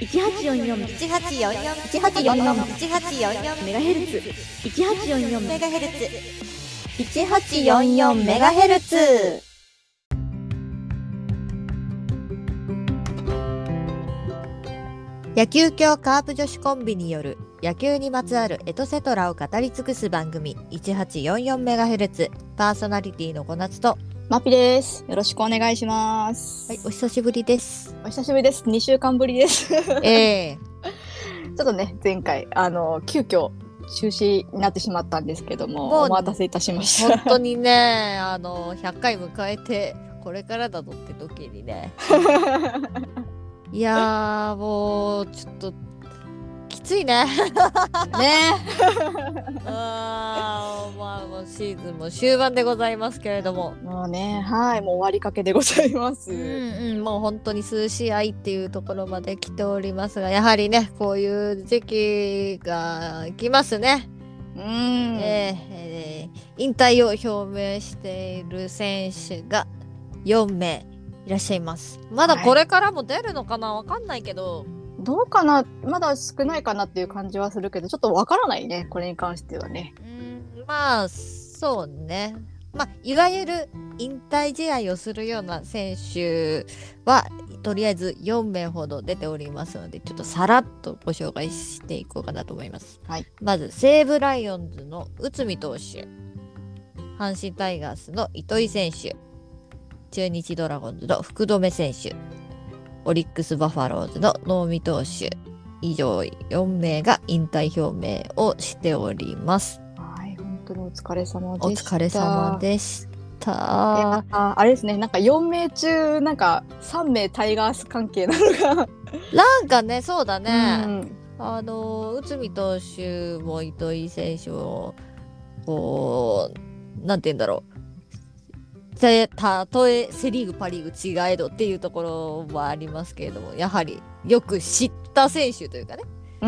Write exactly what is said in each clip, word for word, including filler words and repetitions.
いちはちよんよんいちはちよんよんいちはちよんよんいちはちよんよんメガヘルツいちはちよんよんメガヘルツいちはちよんよんメガヘルツ。野球協カープ女子コンビによる野球にまつわるエトセトラを語り尽くす番組 いちはちよんよんメガヘルツ、パーソナリティの小夏とマピです。よろしくお願いします。 はい、お久しぶりです。 お久しぶりです。にしゅうかんぶりです。 えー、 ちょっとね、前回あの急遽中止になってしまったんですけども、 もうお待たせいたしました。 本当にね、あのひゃっかい迎えてこれからだぞって時にねいやーもうちょっときついねね。 あー、まあもうシーズンも終盤でございますけれども、 もうね、はい、もう終わりかけでございます。 うんうん、もう本当に数試合っていうところまで来ておりますが、やはりねこういう時期が来ますね。 うん、 えーえー引退を表明している選手がよんめいいらっしゃいます。まだこれからも出るのかな、わかんないけど、 どうかな、まだ少ないかなっていう感じはするけど、ちょっとわからないね、これに関してはね。 うん、まあそうね、まあいわゆる引退試合をするような選手はとりあえずよんめいほど出ておりますので、ちょっとさらっとご紹介していこうかなと思います。 はい、 まず西武ライオンズの内海投手、阪神タイガースの糸井選手、中日ドラゴンズの福留選手、オリックスバファローズの能見投手、以上よんめいが引退表明をしております。 はい、本当にお疲れ様おでした。 疲れ様でしいた。 やああれですね、なんかよんめい中なんかさんめいタイガース関係なのがなんかね、そうだうね、 ん、 あの内海投手も糸井選手もこうなんて言うんだろう、たたとえセリーグパリーグ違えどっていうところはありますけれども、やはりよく知った選手というかね、 うん、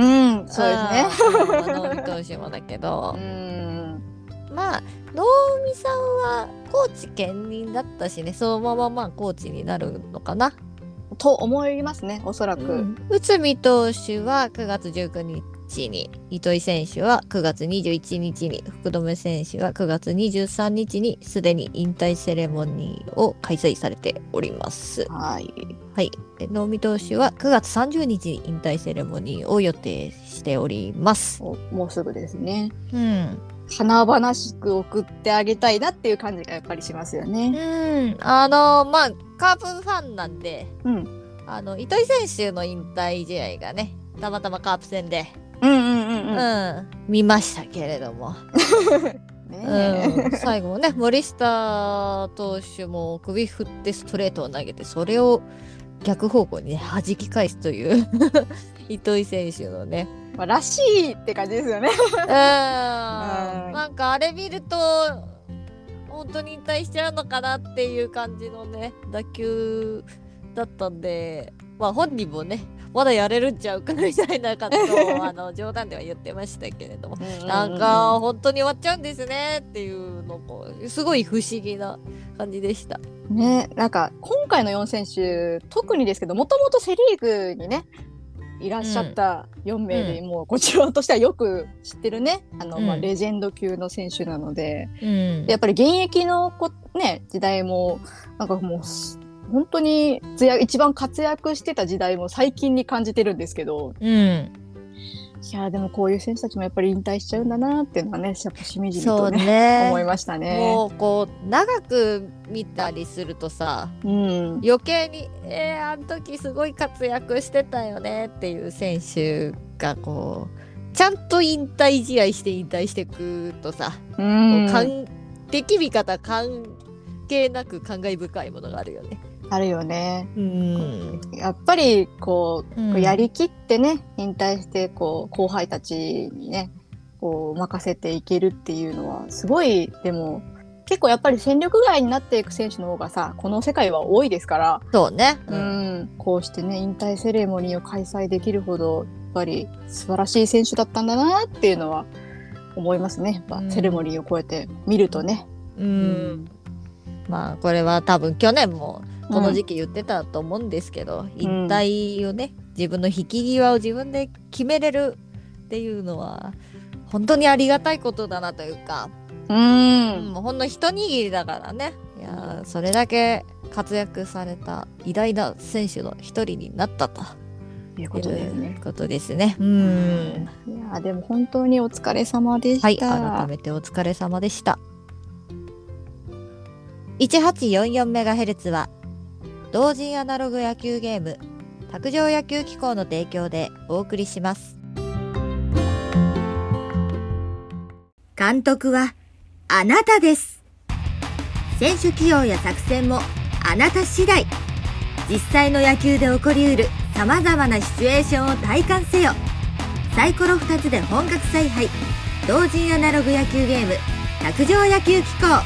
そうですね。 能見投手もだけどう、ん、 まあ能見さんはコーチ兼任だったしね、そのまままあコーチになるのかなと思いますね、おそらく。 うん、内海投手はくがつじゅうくにちに、糸井選手はくがつにじゅういちにちに、福留選手はくがつにじゅうさんにちにすでに引退セレモニーを開催されております。 はい。 はい。で能見投手はくがつさんじゅうにちに引退セレモニーを予定しております。 おもうすぐですね。 うん。 華々しく送ってあげたいなっていう感じがやっぱりしますよね。 うん。あのまあカープファンなんで、 うん。 あの糸井選手の引退試合がね、たまたまカープ戦で、 うんうんうんうん。 うん、見ましたけれども、 ねうん、最後もね森下投手も首振ってストレートを投げて、それを逆方向にね弾き返すという糸井選手のね、 まあ、らしいって感じですよね。 うん、なんかあれ見ると本当に引退しちゃうのかなっていう感じのね打球だったんで、まあ本人もねまだやれるんちゃうかみたいなことをあの冗談では言ってましたけれども、なんか本当に終わっちゃうんですねっていうのもすごい不思議な感じでした。 ね、なんか今回のよん選手特にですけど、もともとセ・リーグにねいらっしゃったよんめいで、うん、もうこちらとしてはよく知ってるね、あの、うん、まあ、レジェンド級の選手なので、うん、でやっぱり現役のこ、ね、時代もなんかもう本当に一番活躍してた時代も最近に感じてるんですけど、うん、いやでもこういう選手たちもやっぱり引退しちゃうんだなっていうのはね、やっぱしみじみと ね, ね思いましたね。 もうこう長く見たりするとさ、うん、余計にえー、あの時すごい活躍してたよねっていう選手がこうちゃんと引退試合して引退していくとさ、うん、こう敵味方関係なく感慨深いものがあるよね。 あるよね、 うん、 やっぱりこう、 うん、 やりきってね引退してこう後輩たちにねこう任せていけるっていうのはすごい。でも結構やっぱり戦力外になっていく選手の方がさこの世界は多いですから、 そうね、 うん、こうしてね引退セレモニーを開催できるほどやっぱり素晴らしい選手だったんだなっていうのは思いますね。やっぱセレモニーをこうやって見るとね、 うん、うん、まあこれは多分去年もこの時期言ってたと思うんですけど、うん、引退をね自分の引き際を自分で決めれるっていうのは本当にありがたいことだなというか、 ううんん。 もうほんの一握りだからね。いやーそれだけ活躍された偉大な選手の一人になったということですいうね。 ことですね。うんいやでも本当にお疲れ様でした。 はい、改めてお疲れ様でした。いちはちよんよんメガヘルツ は同人アナログ野球ゲーム卓上野球機構の提供でお送りします。 監督はあなたです。選手起用や作戦もあなた次第。実際の野球で起こりうる様々なシチュエーションを体感せよ。サイコロふたつで本格采配。同人アナログ野球ゲーム卓上野球機構。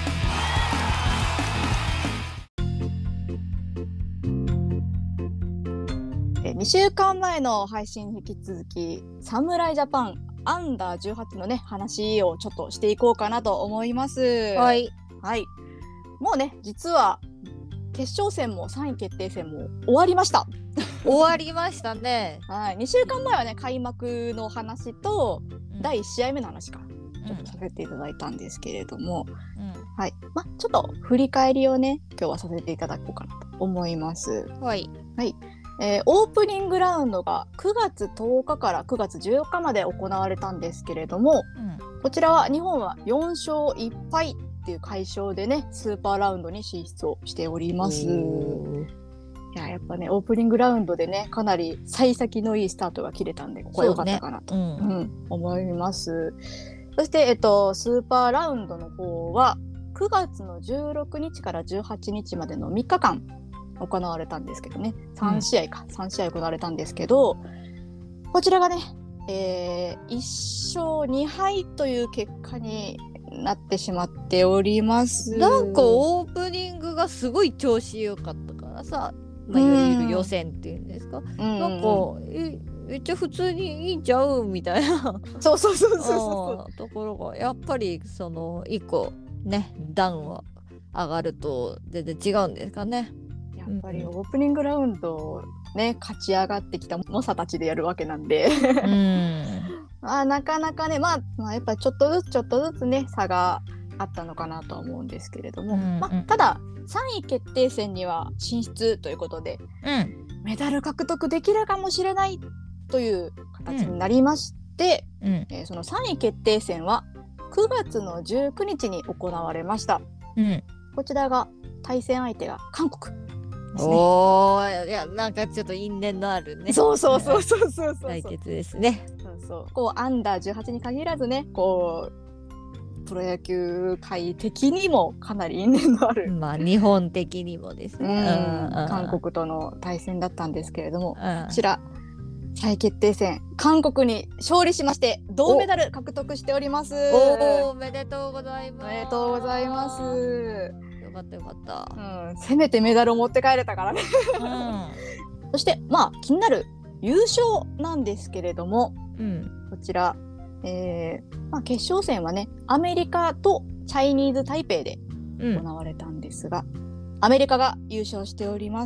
にしゅうかんまえの配信に引き続き侍ジャパンアンダーじゅうはちのね話をちょっとしていこうかなと思います。 はい、 はい、もうね実は決勝戦もさんい決定戦も終わりました。 終わりましたね。 はい、にしゅうかんまえはね開幕の話と、うん、だいいち試合目の話かちょっとさせていただいたんですけれども、うんはいま、ちょっと振り返りをね今日はさせていただこうかなと思います。 はい、 はいえー、オープニングラウンドがくがつとおかからくがつじゅうよっかまで行われたんですけれども、うん、こちらは日本はよんしょういっぱいっていう快勝でねスーパーラウンドに進出をしております。いややっぱねオープニングラウンドでねかなり幸先のいいスタートが切れたんでここは良かったかなと、ねうんうん、思います。そして、えっと、スーパーラウンドの方はくがつのじゅうろくにちからじゅうはちにちまでのみっかかん行われたんですけどねさんしあいか、うん、さんしあい行われたんですけどこちらがね、えー、いっしょうにはいという結果になってしまっております。 なんかオープニングがすごい調子良かったからさ、まあ、いわゆる予選っていうんですか、うん、なんかえめっちゃ普通にいいんちゃうみたいなそうそうそうそうそうところがやっぱりそのいっこね段は上がると全然違うんですかね。 やっぱりオープニングラウンドね勝ち上がってきた猛者たちでやるわけなんでうんまあなかなかね、まあ、まあやっぱちょっとずつちょっとずつね差があったのかなとは思うんですけれども、うんうんまあ、たださんい決定戦には進出ということで、うん、メダル獲得できるかもしれないという形になりまして、うんえー、そのさんい決定戦はくがつのじゅうくにちに行われました、うん、こちらが対戦相手が韓国ですね。 おーいやなんかちょっと因縁のあるねそうそうそうそうそうそう対決ですね。 そうそうこうアンダーじゅうはちに限らずねこうプロ野球界的にもかなり因縁のあるまあ日本的にもですね、 うん、韓国との対戦だったんですけれども、こちらさんい決定戦韓国に勝利しまして銅メダル獲得しております。 おおめでとうございます。 おめでとうございます。 よかったよかった、 うん、せめてメダルを持って帰れたからね、うん、そしてまあ気になる優勝なんですけれども、うん、こちら、えーまあ、決勝戦はねアメリカとチャイニーズ台北で行われたんですが、うん、アメリカが優勝しております。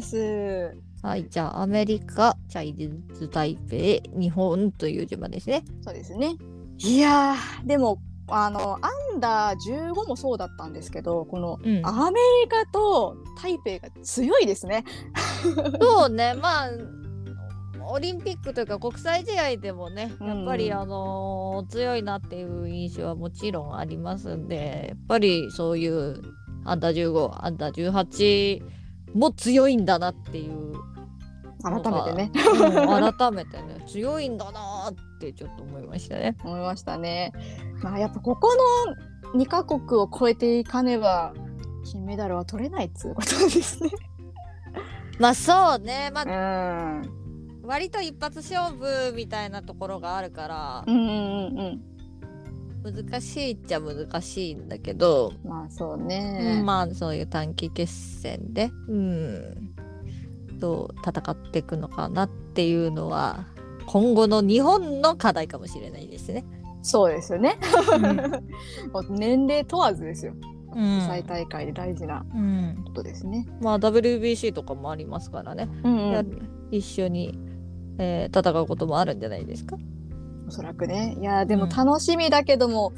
はい、じゃあアメリカ、チャイニーズ台北、日本という順番ですね。 そうですね。いやーでもあのアンダーじゅうごもそうだったんですけどこの、うん、アメリカと台北が強いですね。 そうねまあオリンピックというか国際試合でもねやっぱり、うん、あのー、強いなっていう印象はもちろんありますんでやっぱりそういうアンダーじゅうごアンダーじゅうはちも強いんだなっていう改めてね、 うん、改めてね強いんだなってちょっと思いましたね。 思いましたね。まあやっぱここのにカ国を超えていかねば金メダルは取れないっていうことですね。 まあそうねまあ、 うん、割と一発勝負みたいなところがあるから、 うんうんうんうん、難しいっちゃ難しいんだけどまあそうね、 うん、まあそういう短期決戦で、うん、どう戦っていくのかなっていうのは今後の日本の課題かもしれないですね。 そうですよね、うん、年齢問わずですよ。国際大会で大事なことですね、 うん、まあ ダブリュービーシー とかもありますからね、うんうん、一緒にえー、戦うこともあるんじゃないですか。 おそらくね。いやでも楽しみだけども、うん、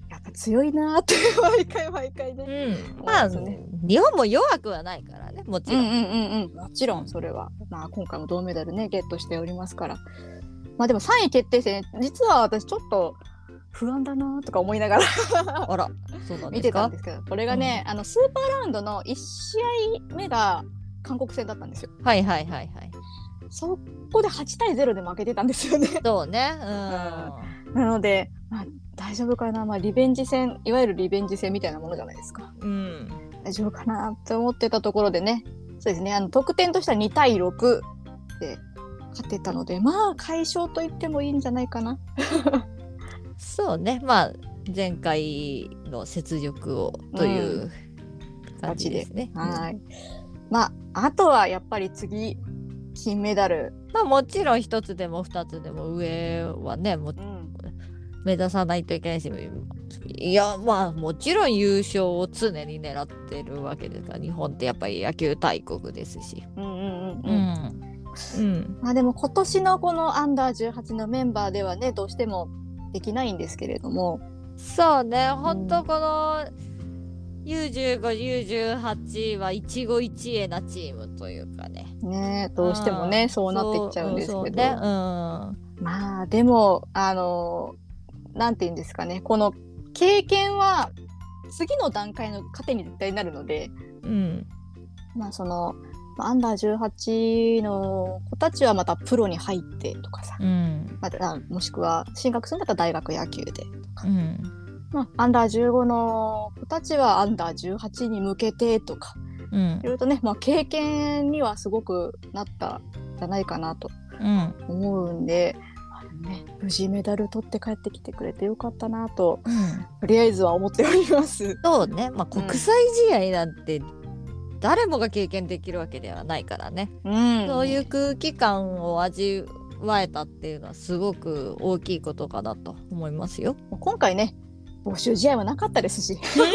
やっぱ強いなって毎回毎回ね、 うん、まあ、ね、日本も弱くはないからね、もちろん。 うんうんうんうん、もちろんそれは、まあ、今回も銅メダルねゲットしておりますから。まあでもさんい決定戦、実は私ちょっと不安だなとか思いながらあら、そうなんですか。 見てたんですけど、これがね、うん、あのスーパーラウンドのいち試合目が韓国戦だったんですよ。 はいはいはいはい。 そこではちたいゼロで負けてたんですよね。 そうね。うん。 なので、まあ、大丈夫かな、まあ、リベンジ戦、いわゆるリベンジ戦みたいなものじゃないですか。 うん。 大丈夫かなって思ってたところでね、そうですね、あの得点としてはにたいろくで勝てたので、まあ快勝と言ってもいいんじゃないかな。 そうね、まあ前回の雪辱をという感じですね。 うん、はい。まああとはやっぱり次金メダル。 まあもちろん一つでも二つでも上はね、も、うん、目指さないといけないし、いやまあもちろん優勝を常に狙ってるわけですから、日本ってやっぱり野球大国ですし。 うんうんうんうん。 うんうん、 まあでも今年のこのアンダーじゅうはちのメンバーではねどうしてもできないんですけれども、 そうね、ほんとこの ユーじゅうご、ユーじゅうはち は一期一会なチームというかね。 ね、どうしてもね、うん、そうなっていっちゃうんですけど、 そう、そうね、うん、 まあでもあのなんていうんですかね、この経験は次の段階の糧に絶対なるので、 うん、 まあそのアンダーじゅうはちの子たちはまたプロに入ってとかさ、 うん、 またもしくは進学するんだったら大学野球でとか、 うん、 まあ、アンダーじゅうごの子たちはアンダーじゅうはちに向けてとか、うん、いろいろとね、まあ、経験にはすごくなったんじゃないかなと思うんで、うんね、無事メダル取って帰ってきてくれてよかったなと、うん、とりあえずは思っております。 そうね、まあ、国際試合なんて、うん誰もが経験できるわけではないからね、うん、そういう空気感を味わえたっていうのはすごく大きいことかなと思いますよ。 今回ね募集試合はなかったですし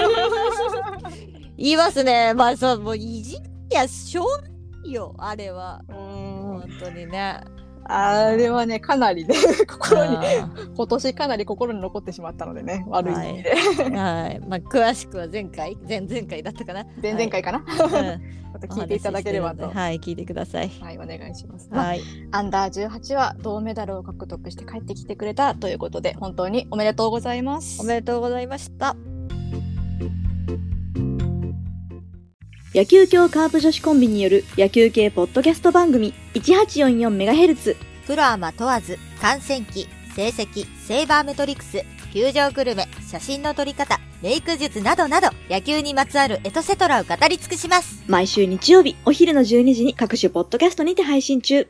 言いますね。まあそうもういじりやしょうがないよあれは。うん本当にねあれはねかなりね心に今年かなり心に残ってしまったのでね悪い意味で、 はいはい、まあ詳しくは前回前々回だったかな前々回かな、はい、また聞いていただければとはい聞いてください。 はいお願いします。 はい、 まあ、アンダーじゅうはちは銅メダルを獲得して帰ってきてくれたということで本当におめでとうございます。 おめでとうございました。 野球協カープ女子コンビによる野球系ポッドキャスト番組 いちはちよんよんメガヘルツ。プロアマ問わず、観戦記、成績、セイバーメトリクス、球場グルメ、写真の撮り方、メイク術などなど、野球にまつわるエトセトラを語り尽くします。毎週日曜日、お昼のじゅうにじに各種ポッドキャストにて配信中。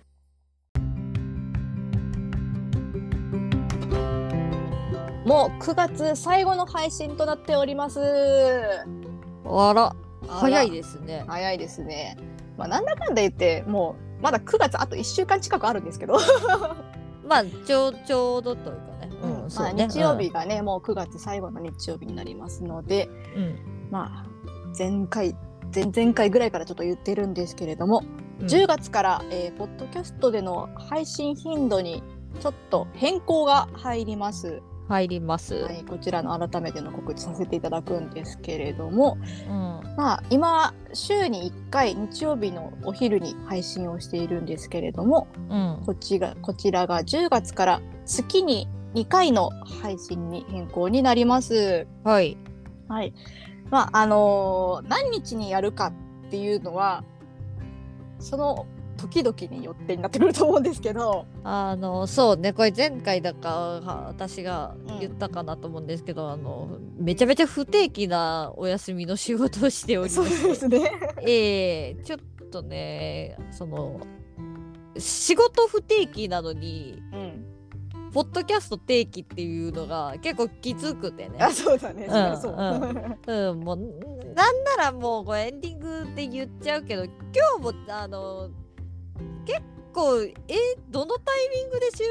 もうくがつ最後の配信となっております。 あら。早いですね。 早いですね。まあなんだかんだ言ってもうまだくがつあといっしゅうかん近くあるんですけどまあちょちょうどというかね、 うんうんまあ、日曜日がね、うん、もうくがつ最後の日曜日になりますので、うん、まあ前回前々回ぐらいからちょっと言ってるんですけれども、うん、じゅうがつから、えー、ポッドキャストでの配信頻度にちょっと変更が入ります。 入ります、 はい、こちらの改めての告知させていただくんですけれども、うんまあ、今週にいっかい日曜日のお昼に配信をしているんですけれども、うん、こちら、こちらがじゅうがつから月ににかいの配信に変更になります。 はい、 はいまああのー、何日にやるかっていうのはその時々によってになってくると思うんですけど、 あのそうねこれ前回だか私が言ったかなと思うんですけど、うん、あのめちゃめちゃ不定期なお休みの仕事をしておりましてそうですねえー、ちょっとねその仕事不定期なのに、うんポッドキャスト定期っていうのが結構きつくてね。 あ、そうだね。 うん、 そう、 うんうん、もうなんならもうこれエンディングって言っちゃうけど、今日もあの結構えどのタイミングで収録し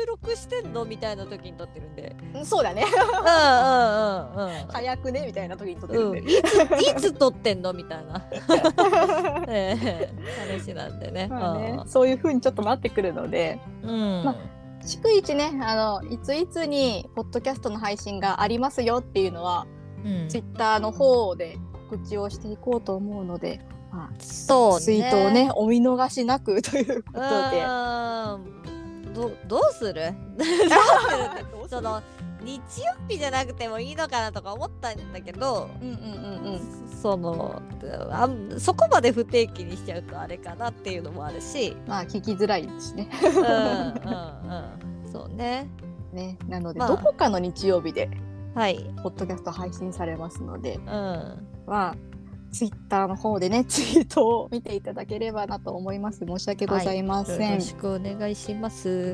してんのみたいな時に撮ってるんで。 そうだね。 うんうんうんうん。 早くねみたいな時に撮ってるんで、 うん、いついつ撮ってんのみたいな、ええ、話なんでね。 まあね、そういう風にちょっとなってくるので、 うん、 まあ逐一ね、あのいついつにポッドキャストの配信がありますよっていうのは、うん、ツイッターの方で告知をしていこうと思うので、まあ、そうね、ツイートをねお見逃しなくということで。 ど, どうするどうするってその日曜日じゃなくてもいいのかなとか思ったんだけど、うんうんうんうん、そのあそこまで不定期にしちゃうとあれかなっていうのもあるし、 まあ聞きづらいですね。 うんうんうん、そうね。 ね、なので、まあ、どこかの日曜日で、 はい、 ポッドキャスト配信されますので、 うん、 まあツイッターの方でねツイートを見ていただければなと思います。申し訳ございません、はい、 よろしくお願いします。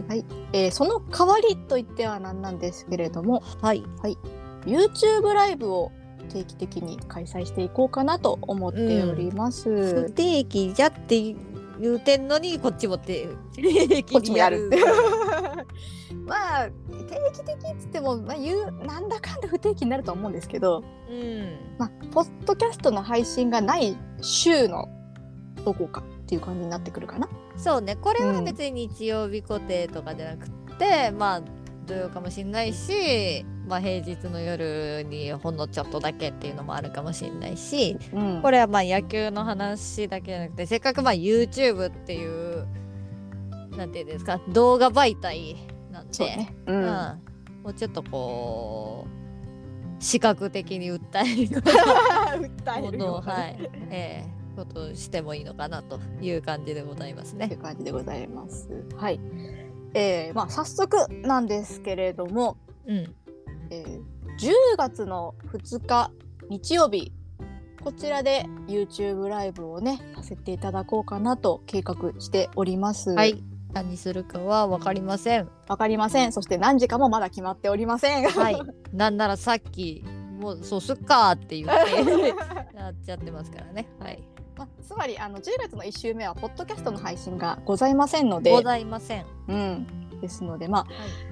はい、えー、その代わりといってはなんなんですけれども、 はい、 はい、YouTube ライブを定期的に開催していこうかなと思っております。うん、 不定期じゃって言うてんのにこっちも定期にやるってまあ定期的っつっても、まあ、言うなんだかんだ不定期になると思うんですけど、うん、まあ、ポッドキャストの配信がない週のどこかっていう感じになってくるかな。 そうね、これは別に日曜日固定とかじゃなくて、うん、まあ土曜かもしれないし、まあ、平日の夜にほんのちょっとだけっていうのもあるかもしれないし、うん、これはまあ野球の話だけじゃなくて、せっかくまあ YouTube っていうなんていうんですか、動画媒体なんで、ね、うんうん、もうちょっとこう視覚的に訴える訴えるような、 はい、えー、ことをしてもいいのかなという感じでございますね。 という感じでございます。はい、えーまあ、早速なんですけれども、うん、えー、じゅうがつのふつか日曜日、こちらで YouTube ライブをねさせていただこうかなと計画しております。 はい、何するかは分かりません。 分かりません。そして何時かもまだ決まっておりません。 はい、なんならさっきもうそうすっかって言ってやっちゃってますからね。はい、 まあ、つまりあのじゅうがつのいっ週目はポッドキャストの配信がございませんので、 ございません、 うん、ですので、まあ、はい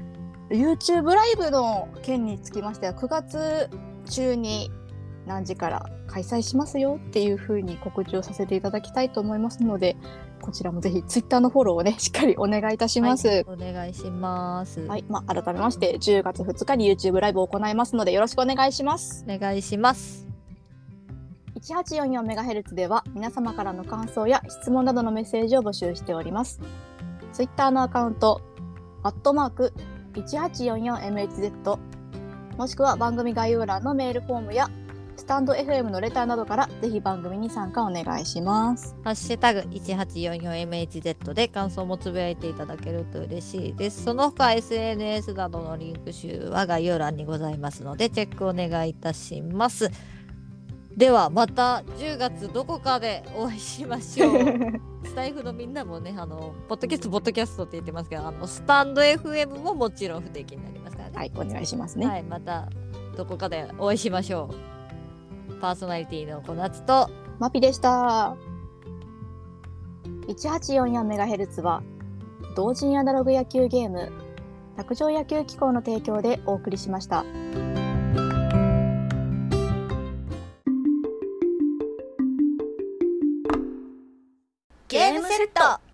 、YouTube ライブの件につきましてはくがつ中に何時から開催しますよっていう風に告知をさせていただきたいと思いますので、こちらもぜひ Twitter のフォローをねしっかりお願いいたします。はい、 お願いします。 はい、まあ、改めましてじゅうがつふつかに YouTube ライブを行いますのでよろしくお願いします。 お願いします。 いちはちよんよんメガヘルツ では皆様からの感想や質問などのメッセージを募集しております。Twitter のアカウントアットマーク いちはちよんよんエムエイチゼット もしくは番組概要欄のメールフォームやスタンド エフエム のレターなどからぜひ番組に参加お願いします。 ハッシュタグ いちはちよんよんエムエイチゼット で感想もつぶやいていただけると嬉しいです。その他 エスエヌエス などのリンク集は概要欄にございますのでチェックお願いいたします。ではまたじゅうがつどこかでお会いしましょう。スタイフのみんなもね、あのポッドキャストポッドキャストって言ってますけど、あのスタンド エフエム ももちろん不定期になりますからね。 はい、お願いしますね。 はい、またどこかでお会いしましょう。パーソナリティの小夏とマピでした。いちはちよんよんメガヘルツ は同人アナログ野球ゲーム卓上野球機構の提供でお送りしました。 ゲームセット。